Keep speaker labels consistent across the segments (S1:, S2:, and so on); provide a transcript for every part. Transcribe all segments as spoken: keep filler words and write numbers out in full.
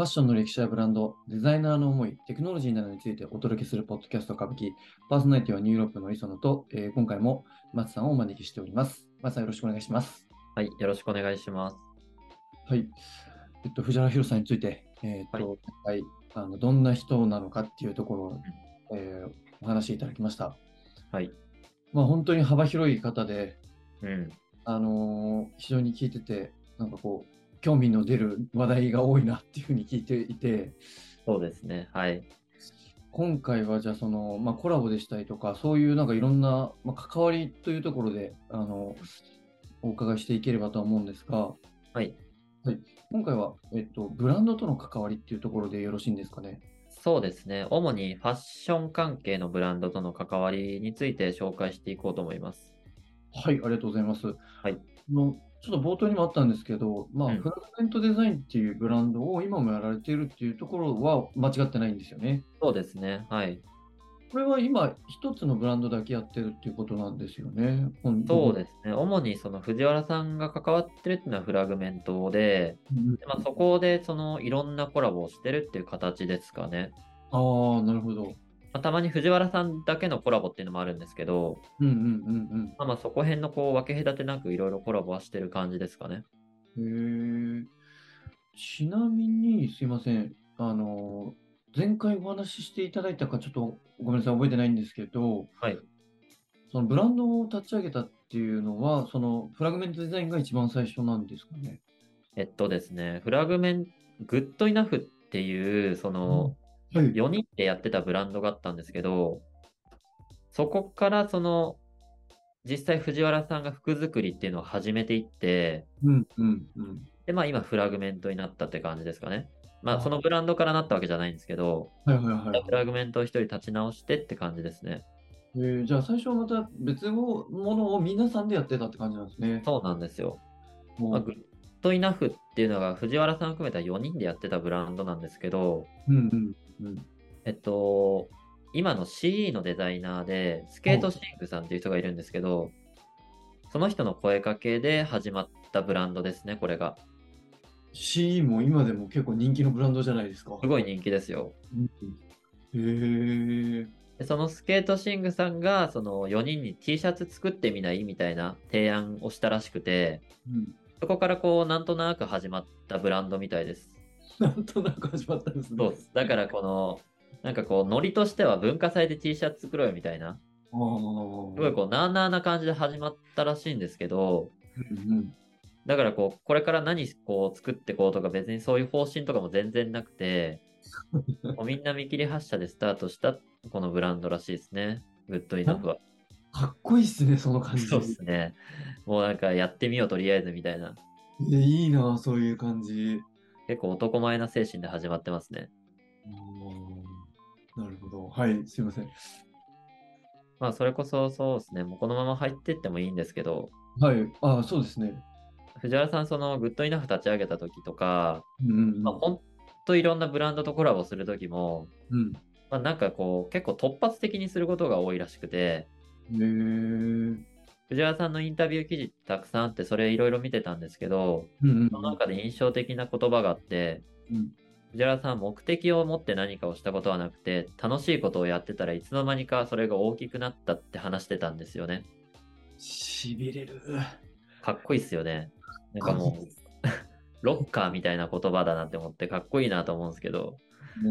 S1: ァッションの歴史やブランド、デザイナーの思い、テクノロジーなどについてお届けするポッドキャスト歌舞伎、パーソナリティはニューロップの磯野と、えー今回も松さんをお招きしております。松さんよろしくお願いします。
S2: はい、よろしくお願いします。
S1: はい。えっと、藤原宏さんについて、えっ
S2: はい。
S1: と、はい、あの、どんな人なのかっていうところを、
S2: うん。
S1: えーお話しいただきました。
S2: はい。
S1: まあ、本当に幅広い方で、
S2: うん。
S1: あのー非常に聞いてて、なんかこう、興味の出る話題が多いなっていうふうに聞いていて、
S2: そうですね。はい。
S1: 今回はじゃあその、まあ、コラボでしたりとか、そういうなんかいろんな、まあ、関わりというところで、あの、お伺いしていければとは思うんですが、
S2: はい。
S1: はい、今回は、えっと、ブランドとの関わりっていうところでよろしいんですかね。
S2: そうですね。主にファッション関係のブランドとの関わりについて紹介していこうと思います。
S1: はい、ありがとうございます。あ
S2: はい。
S1: の、ちょっと冒頭にもあったんですけど、まあ、
S2: うん。
S1: フラグメントデザインっていうブランドを今もやられているっていうところは間違ってないんですよね。
S2: そうですね。はい。
S1: これは今、一つのブランドだけやってるっていうことなんですよね。ほん僕の。
S2: そうですね。主にその藤原さんが関わってるっていうのはフラグメントで、
S1: うん
S2: でまあ、そこでそのいろんなコラボをしてるっていう形ですかね。
S1: ああ、なるほど。
S2: まあ、たまに藤原さんだけのコラボっていうのもあるんですけど、
S1: うんうん
S2: まあ、まあそこ辺のこう分け隔てなくいろいろコラボはしてる感じですかね。
S1: うんうん。へえ。ちなみに、すいません。あの、前回お話ししていただいたか、ちょっとごめんなさい、覚えてないんですけど、
S2: はい。
S1: そのブランドを立ち上げたっていうのは、そのフラグメントデザインが一番最初なんですかね。
S2: えっとですね、フラグメン、グッドイナフっていう、その、
S1: うん。はい。
S2: よにんでやってたブランドがあったんですけど、そこからその、実際藤原さんが服作りっていうのを始めていって、
S1: うんうんうん。
S2: で、まあ今フラグメントになったって感じですかね。まあその
S1: あ、
S2: ブランドからなったわけじゃないんですけど、
S1: はいはいはい
S2: フラ
S1: は
S2: グメントを一人立ち直してって感じですね。
S1: い。えーじゃあ最初はまた別のものを皆さんでやってたって感じなんですね。
S2: そうなんですよ。まあ、
S1: も
S2: グッドイナフっていうのが藤原さん含めたよにんでやってたブランドなんですけど、
S1: う、うんうんうん。
S2: えっと、今の シーイー のデザイナーで、スケートシングさんっていう人がいるんですけど、その人の声かけで始まったブランドですね、これが。
S1: シーイー も今でも結構人気のブランドじゃないですか。
S2: すごい人気ですよ。
S1: うん。へえ。
S2: で、そのスケートシングさんが、そのよにんに T シャツ作ってみないみたいな提案をしたらしくて、
S1: うん。
S2: そこからこう、なんとなく始まったブランドみたいです。
S1: なんとなく始まったんですね。
S2: そうです。だからこの、なんかこう、ノリとしては文化祭で T シャツ作ろうよみたいな、
S1: ああ。
S2: すごいこう、なーなーな感じで始まったらしいんですけど、
S1: うんうん。
S2: だからこう、これから何こう作ってこうとか別にそういう方針とかも全然なくて、もうみんな見切り発車でスタートしたこのブランドらしいですね。グッドイナフは。
S1: かっこいいっすね、その感
S2: そうで
S1: じ。
S2: すね。もうなんかやってみようとりあえずみたいな。
S1: え、いいな、そういう感じ。
S2: 結構男前な精神で始まってますね。
S1: あーなるほど。はい、すいません。
S2: まあそれこそそうですね。もうこのまま入ってってもいいんですけど、
S1: はい、あ、そうですね。
S2: 藤原さんそのグッドイナフ立ち上げた時とか、
S1: うんう
S2: まあ、
S1: ん
S2: ほんといろんなブランドとコラボする時も、
S1: うん。
S2: まあ、なんかこう結構突発的にすることが多いらしくて、
S1: うん。へえ。
S2: 藤原さんのインタビュー記事たくさんあって、それいろいろ見てたんですけど、
S1: うんうん
S2: その中で印象的な言葉があって、
S1: うん。うん。
S2: 藤原さんは目的を持って何かをしたことはなくて、楽しいことをやってたらいつの間にかそれが大きくなったって話してたんですよね。
S1: しびれる。
S2: かっこいいっすよね。なんか
S1: かっこいい
S2: もう、ロッカーみたいな言葉だなって思ってかっこいいなと思うんですけど、
S1: うん。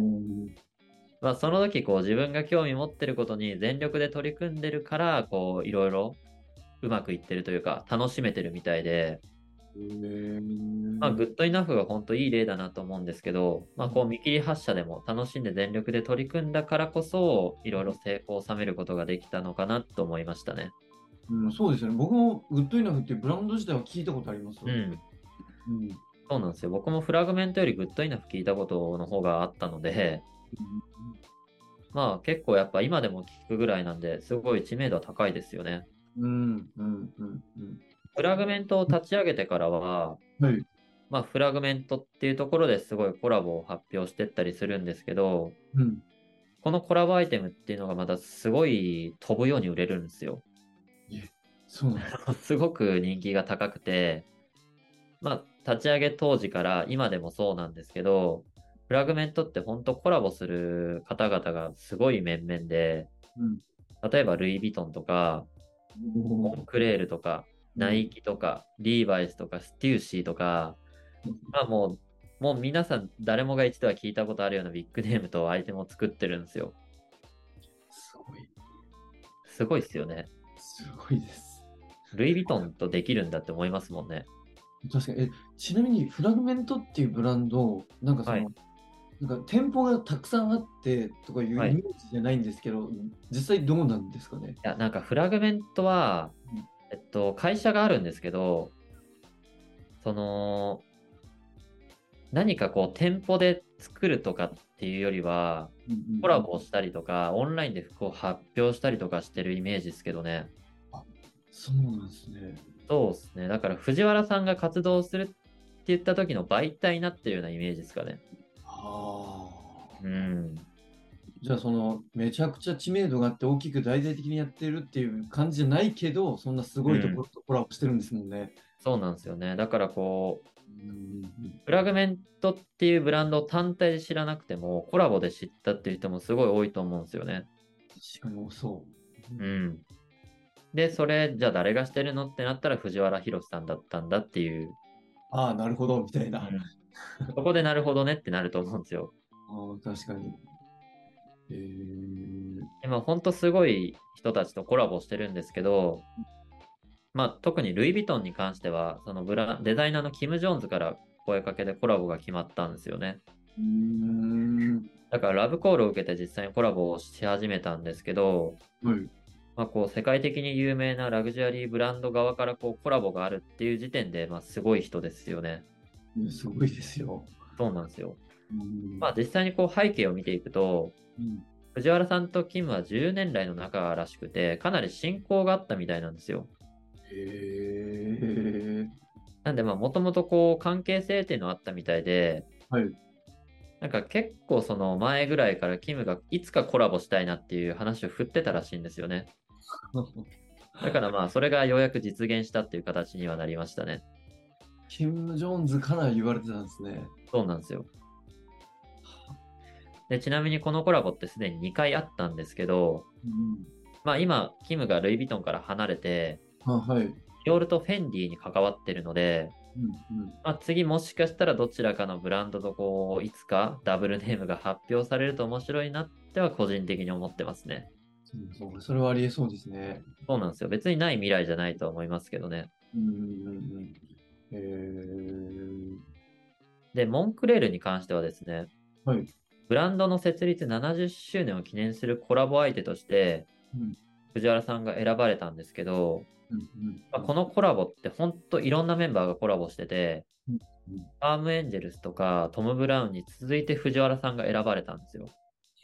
S2: まあその時こう自分が興味持ってることに全力で取り組んでるから、こういろいろうまくいってるというか楽しめてるみたいで、
S1: へえ。
S2: まあ、グッドイナフが本当いい例だなと思うんですけど、まあ、こう見切り発車でも楽しんで全力で取り組んだからこそ、いろいろ成功を収めることができたのかなと思いましたね。
S1: うん、そうですよね。僕もグッドイナフっていうブランド自体は聞いたことあります。
S2: うん。
S1: うん。
S2: そうなんですよ。僕もフラグメントよりグッドイナフ聞いたことの方があったので、まあ結構やっぱ今でも聞くぐらいなんで、すごい知名度は高いですよね。
S1: うん、うん、うん、うん。
S2: フラグメントを立ち上げてからは、
S1: はい。
S2: まあフラグメントっていうところですごいコラボを発表してったりするんですけど、
S1: うん。
S2: このコラボアイテムっていうのがまたすごい飛ぶように売れるんですよ。
S1: え、そうなんです。
S2: すごく人気が高くて、まあ、立ち上げ当時から今でもそうなんですけど、 フラグメントって本当コラボする方々がすごい面々で、
S1: うん。
S2: 例えばルイ・ヴィトンとか、モンクレールとか、ナイ
S1: うん。
S2: キとか、リーバイスとか、ステューシーとか、まあもう、もう皆さん誰もが一度は聞いたことあるようなビッグネームとアイテムを作ってるんですよ。
S1: すごい。
S2: すごいっすよね。
S1: すごいです。
S2: ルイ・ヴィトンとできるんだって思いますもんね。
S1: 確かに。え、ちなみにフラグメントっていうブランド、なんかそ
S2: はい。
S1: の、なんか店舗がたくさんあってとかいう
S2: はい。い
S1: イメージじゃないんですけど、実際どうなんですかね。
S2: や、なんかフラグメントは、えっと、会社があるんですけど、その、何かこう店舗で作るとかっていうよりは、
S1: うんうん
S2: コラ
S1: うん。
S2: ボをしたりとか、オンラインで服を発表したりとかしてるイメージですけどね。
S1: あ、そうなんですね。
S2: そうですね。だから藤原さんが活動するって言った時の媒体になってるようなイメージですかね。
S1: ああ。
S2: うん。
S1: じゃあそのめちゃくちゃ知名度があって大きく大々的にやってるっていう感じじゃないけど、そんなすごいとこ
S2: うん。
S1: ろとコラボしてるんですもんね。
S2: そうなんですよね。だからこう、
S1: うんうん
S2: フラグメントっていうブランドを単体で知らなくても、コラボで知ったっていう人もすごい多いと思うんですよね。
S1: 確かにそう。
S2: うん。で、それ、じゃあ誰がしてるのってなったら藤原宏さんだったんだっていう。
S1: ああ、なるほど、みたいな。
S2: うん。そこでなるほどねってなると思うんですよ。
S1: ああ、確かに。えー、
S2: でまあ、ほんとすごい人たちとコラボしてるんですけど、まあ、特にルイ・ヴィトンに関しては、そのブラ、デザイナーのキム・ジョーンズから声かけでコラボが決まったんですよね。
S1: うーん、
S2: だからラブコールを受けて実際にコラボをし始めたんですけど、
S1: はい。
S2: まあ、こう世界的に有名なラグジュアリーブランド側からこうコラボがあるっていう時点で、まあ、すごい人ですよね。
S1: いやすごいですよ。
S2: そうなんですよ。
S1: うん、
S2: まあ実際にこう背景を見ていくと、
S1: うん、
S2: 藤原さんとキムはじゅうねん来の仲らしくて、かなり親交があったみたいなんですよ。
S1: へえ、
S2: なんでまあもともとこう関係性っていうのはあったみたいで、
S1: はい。
S2: なんか結構その前ぐらいからキムがいつかコラボしたいなっていう話を振ってたらしいんですよね。だからまあそれがようやく実現したっていう形にはなりましたね。
S1: キム・ジョーンズから言われてたんですね。
S2: そうなんですよ。で、ちなみにこのコラボってすでににかいあったんですけど、
S1: うん、
S2: まあ今、キムがルイ・ヴィトンから離れて、
S1: あ、はい。
S2: ディオールとフェンディに関わってるので、
S1: うん、うん。
S2: まあ、次もしかしたらどちらかのブランドとこう、いつかダブルネームが発表されると面白いなっては個人的に思ってますね。
S1: そうそう、それはありえそうですね。
S2: そうなんですよ。別にない未来じゃないと思いますけどね。
S1: うん、うん、うん。えー、
S2: で、モンクレールに関してはですね、
S1: はい。
S2: ブランドの設立ななじゅっしゅうねんを記念するコラボ相手として、
S1: うん、
S2: 藤原さんが選ばれたんですけど、
S1: うん、うん、
S2: まあ、このコラボって本当いろんなメンバーがコラボしてて、
S1: うん。うん。
S2: アームエンジェルスとかトム・ブラウンに続いて藤原さんが選ばれたんですよ。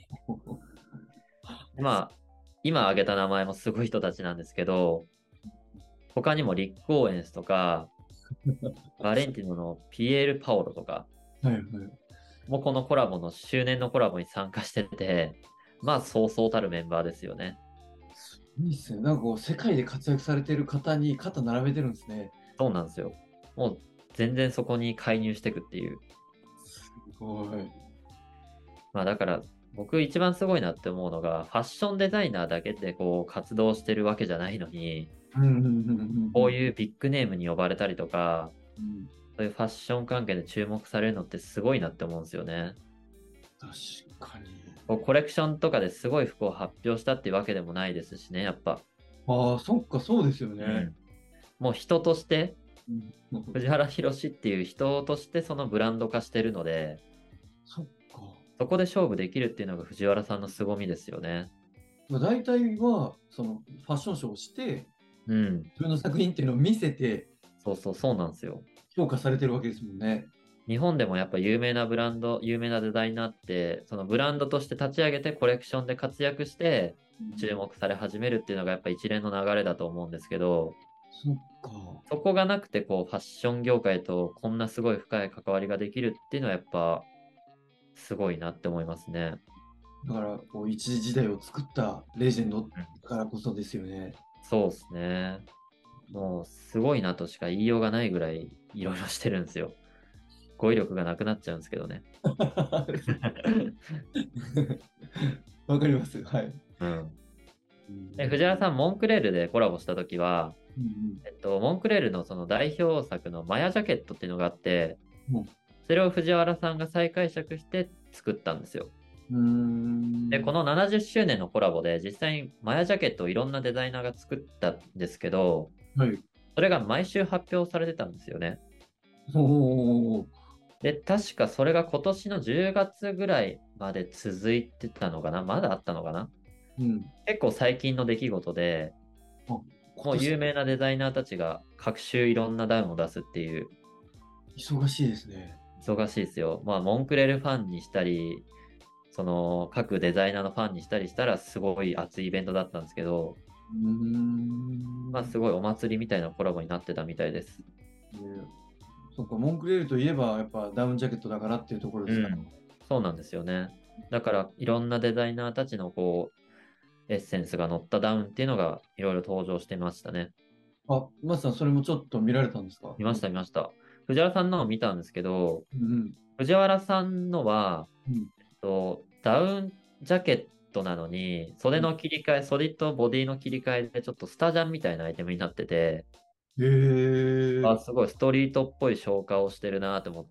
S2: でまあ、今挙げた名前もすごい人たちなんですけど、他にもリック・オーエンスとか、バレンティノのピエール・パオロとか、
S1: はい、はい。
S2: もうこのコラボの周年のコラボに参加してて、まあそうそうたるメンバーですよね。
S1: いいっすね。なんかこう、世界で活躍されてる方に肩並べてるんですね。
S2: そうなんですよ。もう全然そこに介入していくっていう。
S1: すごい。
S2: まあだから僕一番すごいなって思うのが、ファッションデザイナーだけでこう活動してるわけじゃないのに、
S1: うん、うん、うん、うん。うん。
S2: こういうビッグネームに呼ばれたりとか、
S1: うん。
S2: そういうファッション関係で注目されるのってすごいなって思うんですよね。
S1: 確かに。
S2: こうコレクションとかですごい服を発表したっていうわけでもないですしね、やっぱ。
S1: ああ、そっか、そうですよね。
S2: うん。もう人として、
S1: うん。
S2: 藤原宏っていう人としてそのブランド化してるので、
S1: そっか。
S2: そこで勝負できるっていうのが藤原さんの凄みですよね。
S1: まあ、大体は、その、ファッションショーをして、
S2: うん。
S1: 自分の作品っていうのを見せて、
S2: そうそうそうなんですよ。
S1: 評価されてるわけですもんね。
S2: 日本でもやっぱ有名なブランド、有名なデザイナーって、そのブランドとして立ち上げてコレクションで活躍して
S1: うん。
S2: 注目され始めるっていうのがやっぱ一連の流れだと思うんですけど、
S1: そっか。
S2: そこがなくてこうファッション業界とこんなすごい深い関わりができるっていうのはやっぱすごいなって思いますね。
S1: だから、こう、一時時代を作ったレジェンド
S2: うん。
S1: だからこそですよね。
S2: そうですね。もうすごいなとしか言いようがないぐらいいろいろしてるんですよ。 語彙力がなくなっちゃうんですけどね。
S1: わかります。はい。
S2: うん。
S1: うん
S2: で、藤原さん、モンクレールでコラボしたときは、
S1: うん
S2: えっと、モンクレールのその代表作のマヤジャケットっていうのがあって、
S1: うん
S2: それを藤原さんが再解釈して作ったんですよ。
S1: うーん。
S2: で、このななじゅっしゅうねんのコラボで実際にマヤジャケットをいろんなデザイナーが作ったんですけど、
S1: はい。
S2: それが毎週発表されてたんですよね。
S1: おー。
S2: で、確かそれが今年のじゅうがつぐらいまで続いてたのかな、まだあったのかな。
S1: うん。
S2: 結構最近の出来事で、
S1: あ、今
S2: もう有
S1: 年
S2: 名なデザイナーたちが各週いろんなダウンを出すっていう、
S1: 忙しいですね。
S2: 忙しいですよ。まあ、モンクレルファンにしたり、その各デザイナーのファンにしたりしたらすごい熱いイベントだったんですけど、
S1: うーん。
S2: まあすごいお祭りみたいなコラボになってたみたいです。
S1: ね、そっか、モンクレールといえば、やっぱダウンジャケットだからっていうところですか。
S2: うん。そうなんですよね。だからいろんなデザイナーたちのこう、エッセンスが乗ったダウンっていうのがいろいろ登場してましたね。
S1: あ、マスさん、それもちょっと見られたんですか？
S2: 見ました見ました。藤原さんのを見たんですけど、
S1: うん
S2: 藤原さんのは、
S1: うん。
S2: えっと、ダウンジャケットなのに、袖の切り替え、袖とボディの切り替えでちょっとスタジャンみたいなアイテムになってて、
S1: へえ。
S2: あ、すごいストリートっぽい消化をしてるなと思って、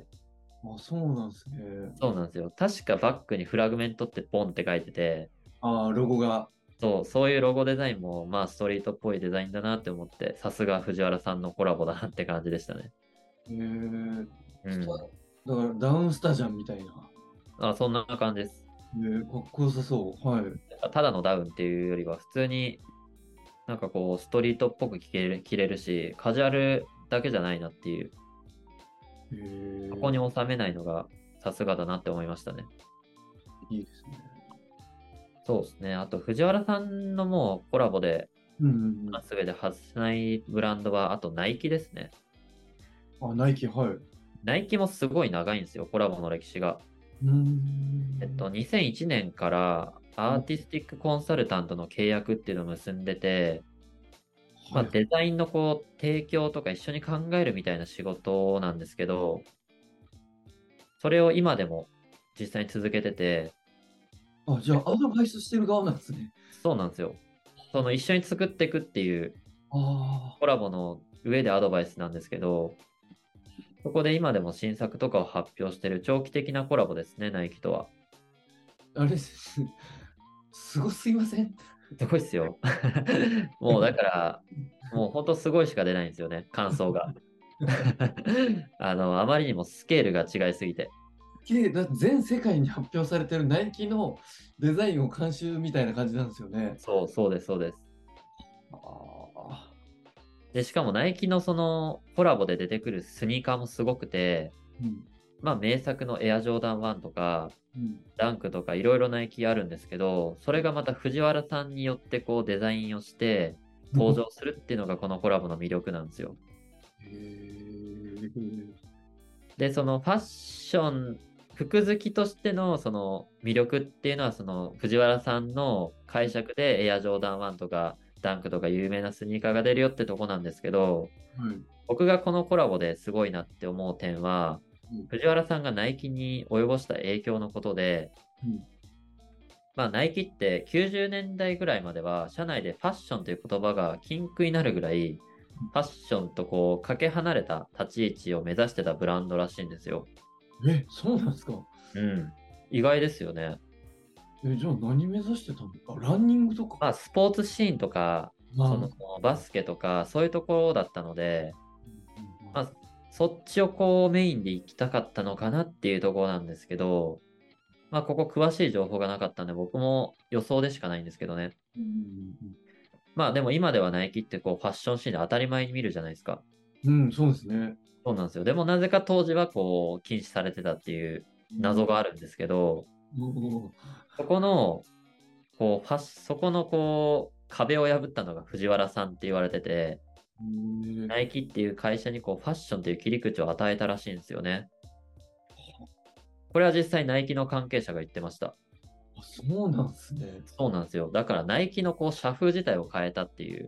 S1: あ、そうなんですね。
S2: そうなんですよ。確かバックにフラグメントってポンって書いてて、
S1: あ、ロゴが。
S2: そう、そういうロゴデザインも、まあ、ストリートっぽいデザインだなって思って、さすが藤原さんのコラボだなって感じでしたね。
S1: へえ。スタ
S2: うん。
S1: だからダウンスタジャンみたいな。
S2: あ、そんな感じです。
S1: へえ、かっこよさそう。はい。
S2: ただのダウンっていうよりは、普通になんかこう、ストリートっぽく着れる、着れるし、カジュアルだけじゃないなっていう、
S1: へえ、
S2: ここに収めないのがさすがだなって思いましたね。
S1: いいですね。
S2: そうですね。あと、藤原さんのもうコラボで、
S1: うんうん
S2: すべて外せないブランドは、あとナイキですね。
S1: うん。あ、ナイキ、はい。う
S2: ナイキもすごい長いんですよ、コラボの歴史が。
S1: ーん。
S2: えっと、にせんいちねんからアーティスティックコンサルタントの契約っていうのを結んでて、まあ、
S1: はい。
S2: デザインのこう、提供とか一緒に考えるみたいな仕事なんですけど、それを今でも実際に続けてて、
S1: あ、じゃあ、アドバイスしてる側なんですね。
S2: そうなんですよ。その一緒に作っていくっていう
S1: あ
S2: コラボの上でアドバイスなんですけど、そこで今でも新作とかを発表してる長期的なコラボですね、ナイキとは。
S1: あ、あれです。すごすぎません？
S2: すごいっすよ。もうだから、もう本当すごいしか出ないんですよね、感想が。あの、あまりにもスケールが違いすぎて。
S1: けだ全世界に発表されてるナイキのデザインを監修みたいな感じなんですよね。
S2: そう、そうです、そうです。
S1: ああ。
S2: で、しかもナイキのそのコラボで出てくるスニーカーもすごくて、
S1: うん
S2: まあ名作のエアジョーダンワンとか、
S1: うん
S2: ダンクとかいろいろナイキあるんですけど、それがまた藤原さんによってこうデザインをして登場するっていうのがこのコラボの魅力なんですよ。
S1: へえ。
S2: で、そのファッション、服好きとしてのその魅力っていうのはその藤原さんの解釈でエアジョーダンワンとかダンクとか有名なスニーカーが出るよってとこなんですけど、
S1: はい。
S2: 僕がこのコラボですごいなって思う点は、
S1: うん
S2: 藤原さんがナイキに及ぼした影響のことで、
S1: うん
S2: まあ、ナイキってきゅうじゅうねんだいぐらいまでは、社内でファッションという言葉が禁句になるぐらい、ファッションとこう、かけ離れた立ち位置を目指してたブランドらしいんですよ。
S1: え、そうなんですか？
S2: うん。意外ですよね。
S1: え、じゃあ何目指してたの？あ、ランニングとか。
S2: まあ、スポーツシーンとか、その、
S1: まあ、
S2: バスケとか、そういうところだったので、
S1: うんうん
S2: まあ、そっちをこう、メインで行きたかったのかなっていうところなんですけど、まあ、ここ詳しい情報がなかったんで、僕も予想でしかないんですけどね。
S1: うん
S2: まあでも今ではナイキってこうファッションシーンで当たり前に見るじゃないですか。
S1: うんうん、そうですね。
S2: そうなんですよ。でもなぜか当時はこう禁止されてたっていう謎があるんですけど、
S1: おー
S2: そこの、こうファッ、そこのこう壁を破ったのが藤原さんって言われてて、
S1: へー
S2: ナイキっていう会社にこうファッションっていう切り口を与えたらしいんですよね。これは実際ナイキの関係者が言ってました。
S1: あ、そうなんですね。
S2: そうなんですよ。だからナイキのこう社風自体を変えたっていう、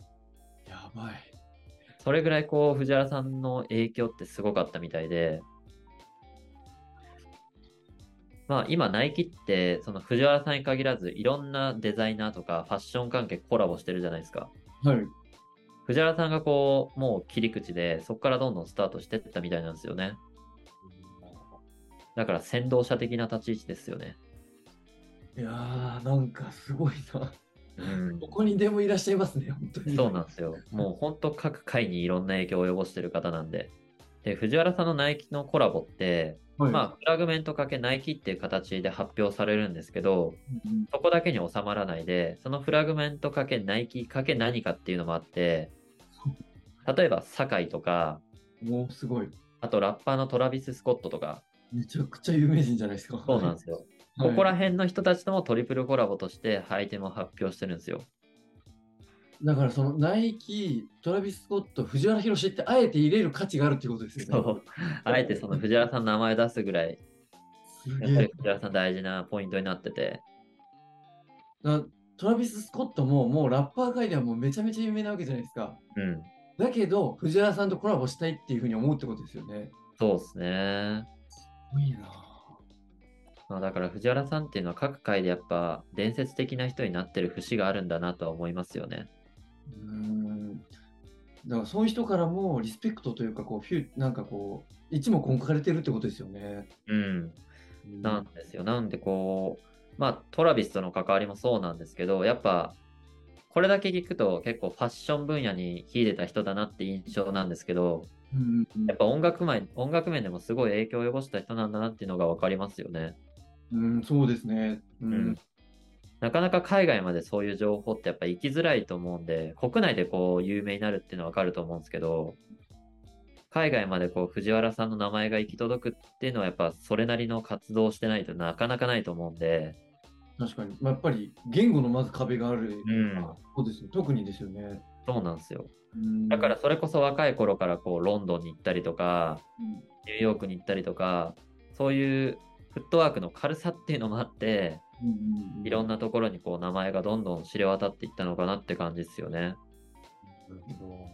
S1: やばい。
S2: それぐらいこう藤原さんの影響ってすごかったみたいで、 まあ今ナイキってその藤原さんに限らずいろんなデザイナーとかファッション関係コラボしてるじゃないですか。
S1: はい。
S2: 藤原さんがこう、もう切り口でそこからどんどんスタートしてったみたいなんですよね。だから先導者的な立ち位置ですよね。
S1: いやー、なんかすごいな。
S2: うん。
S1: どこにでもいらっしゃいますね、本当に。
S2: そうなんですよ。もう本当各界にいろんな影響を及ぼしてる方なんで。で、藤原さんのナイキのコラボって、
S1: はい。
S2: まあ、フラグメントかけナイキっていう形で発表されるんですけど、
S1: うん
S2: そこだけに収まらないで、そのフラグメントかけナイキかけ何かっていうのもあって、例えば、酒井とか、
S1: もうすごい。
S2: あとラッパーのトラビス・スコットとか、
S1: めちゃくちゃ有名人じゃないですか。はい。
S2: そうなんですよ。ここ
S1: はい。
S2: ら辺の人たちともトリプルコラボとしてアイテムを発表してるんですよ。
S1: だからそのナイキ、トラビス・スコット、藤原宏ってあえて入れる価値があるっていうことですよね。
S2: そう。あえてその藤原さんの名前を出すぐらい、やっぱり
S1: すげえ。
S2: 藤原さん大事なポイントになってて、
S1: だトラビス・スコットももうラッパー界ではもうめちゃめちゃ有名なわけじゃないですか。
S2: うん。
S1: だけど、藤原さんとコラボしたいっていうふうに思うってことですよね。
S2: そうですね。
S1: いいな
S2: まあ、だから藤原さんっていうのは各界でやっぱ伝説的な人になってる節があるんだなとは思いますよね。
S1: ぁ。うーん。だからそういう人からもリスペクトというか、こう、フュー、なんかこう、一目置かれてるってことですよね。
S2: うん。
S1: うん。
S2: なんですよ。なんでこう、まあトラビスとの関わりもそうなんですけど、やっぱこれだけ聞くと結構ファッション分野に秀でた人だなって印象なんですけど、
S1: うんうん
S2: やっぱ音楽面、音楽面でもすごい影響を及ぼした人なんだなっていうのがわかりますよね。
S1: うん、うん、そうですね。うん。
S2: うん。なかなか海外までそういう情報ってやっぱ行きづらいと思うんで、国内でこう有名になるっていうのはわかると思うんですけど、海外までこう藤原さんの名前が行き届くっていうのはやっぱそれなりの活動をしてないとなかなかないと思うんで、
S1: 確かに。まあ、やっぱり言語のまず壁がある。
S2: うん、
S1: そうですよ。特にですよね。
S2: そうなんですよ。
S1: うん。
S2: だからそれこそ若い頃からこうロンドンに行ったりとか、
S1: うん
S2: ニューヨークに行ったりとか、そういうフットワークの軽さっていうのもあって、
S1: うんうん
S2: いろんなところにこう名前がどんどん知れ渡っていったのかなって感じですよね。
S1: うん。なるほど。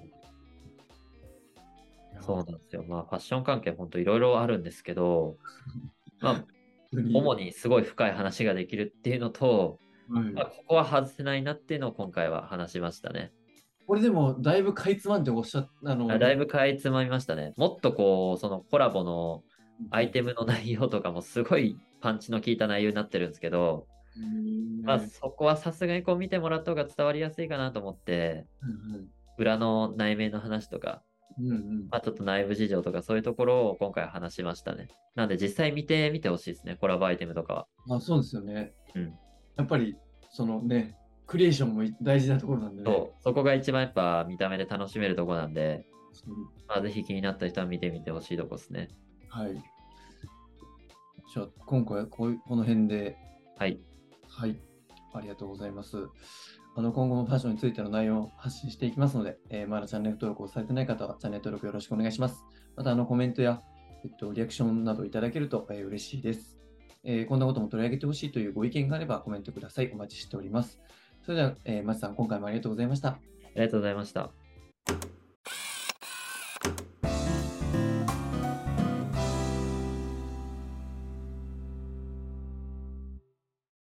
S1: いや、本
S2: そうなんですよ。まあファッション関係本当いろいろあるんですけど、まあ
S1: 当に。
S2: 主にすごい深い話ができるっていうのと、
S1: はい。
S2: まあ、ここは外せないなっていうのを今回は話しましたね。
S1: これでも、だいぶかいつまんでおっしゃっあの、で、
S2: あだいぶかいつまみましたね。もっとこう、そのコラボのアイテムの内容とかもすごいパンチの効いた内容になってるんですけど、
S1: うん
S2: まあ
S1: ね。
S2: そこはさすがにこう見てもらった方が伝わりやすいかなと思って、
S1: はいはい。
S2: 裏の内面の話とか、
S1: うんうん。
S2: まあちょっと内部事情とかそういうところを今回話しましたね。なんで実際見てみてほしいですね、コラボアイテムとかは。
S1: まあ、そうですよね。
S2: うん。
S1: やっぱり、そのね、クリエーションも大事なところなんでね。
S2: そう、そこが一番やっぱ見た目で楽しめるところなんで、
S1: うん。
S2: まあぜひ気になった人は見てみてほしいとこですね。
S1: はい。じゃあ、今回はこういう、この辺で、
S2: はい。
S1: はい。ありがとうございます。あの、今後もファッションについての内容を発信していきますので、えーまだチャンネル登録をされてない方は、チャンネル登録よろしくお願いします。また、あの、コメントや、えっと、リアクションなどいただけると、えー嬉しいです。えーこんなことも取り上げてほしいというご意見があればコメントください。お待ちしております。それでは、えー、松さん、今回もありがとうございました。
S2: ありがとうございました。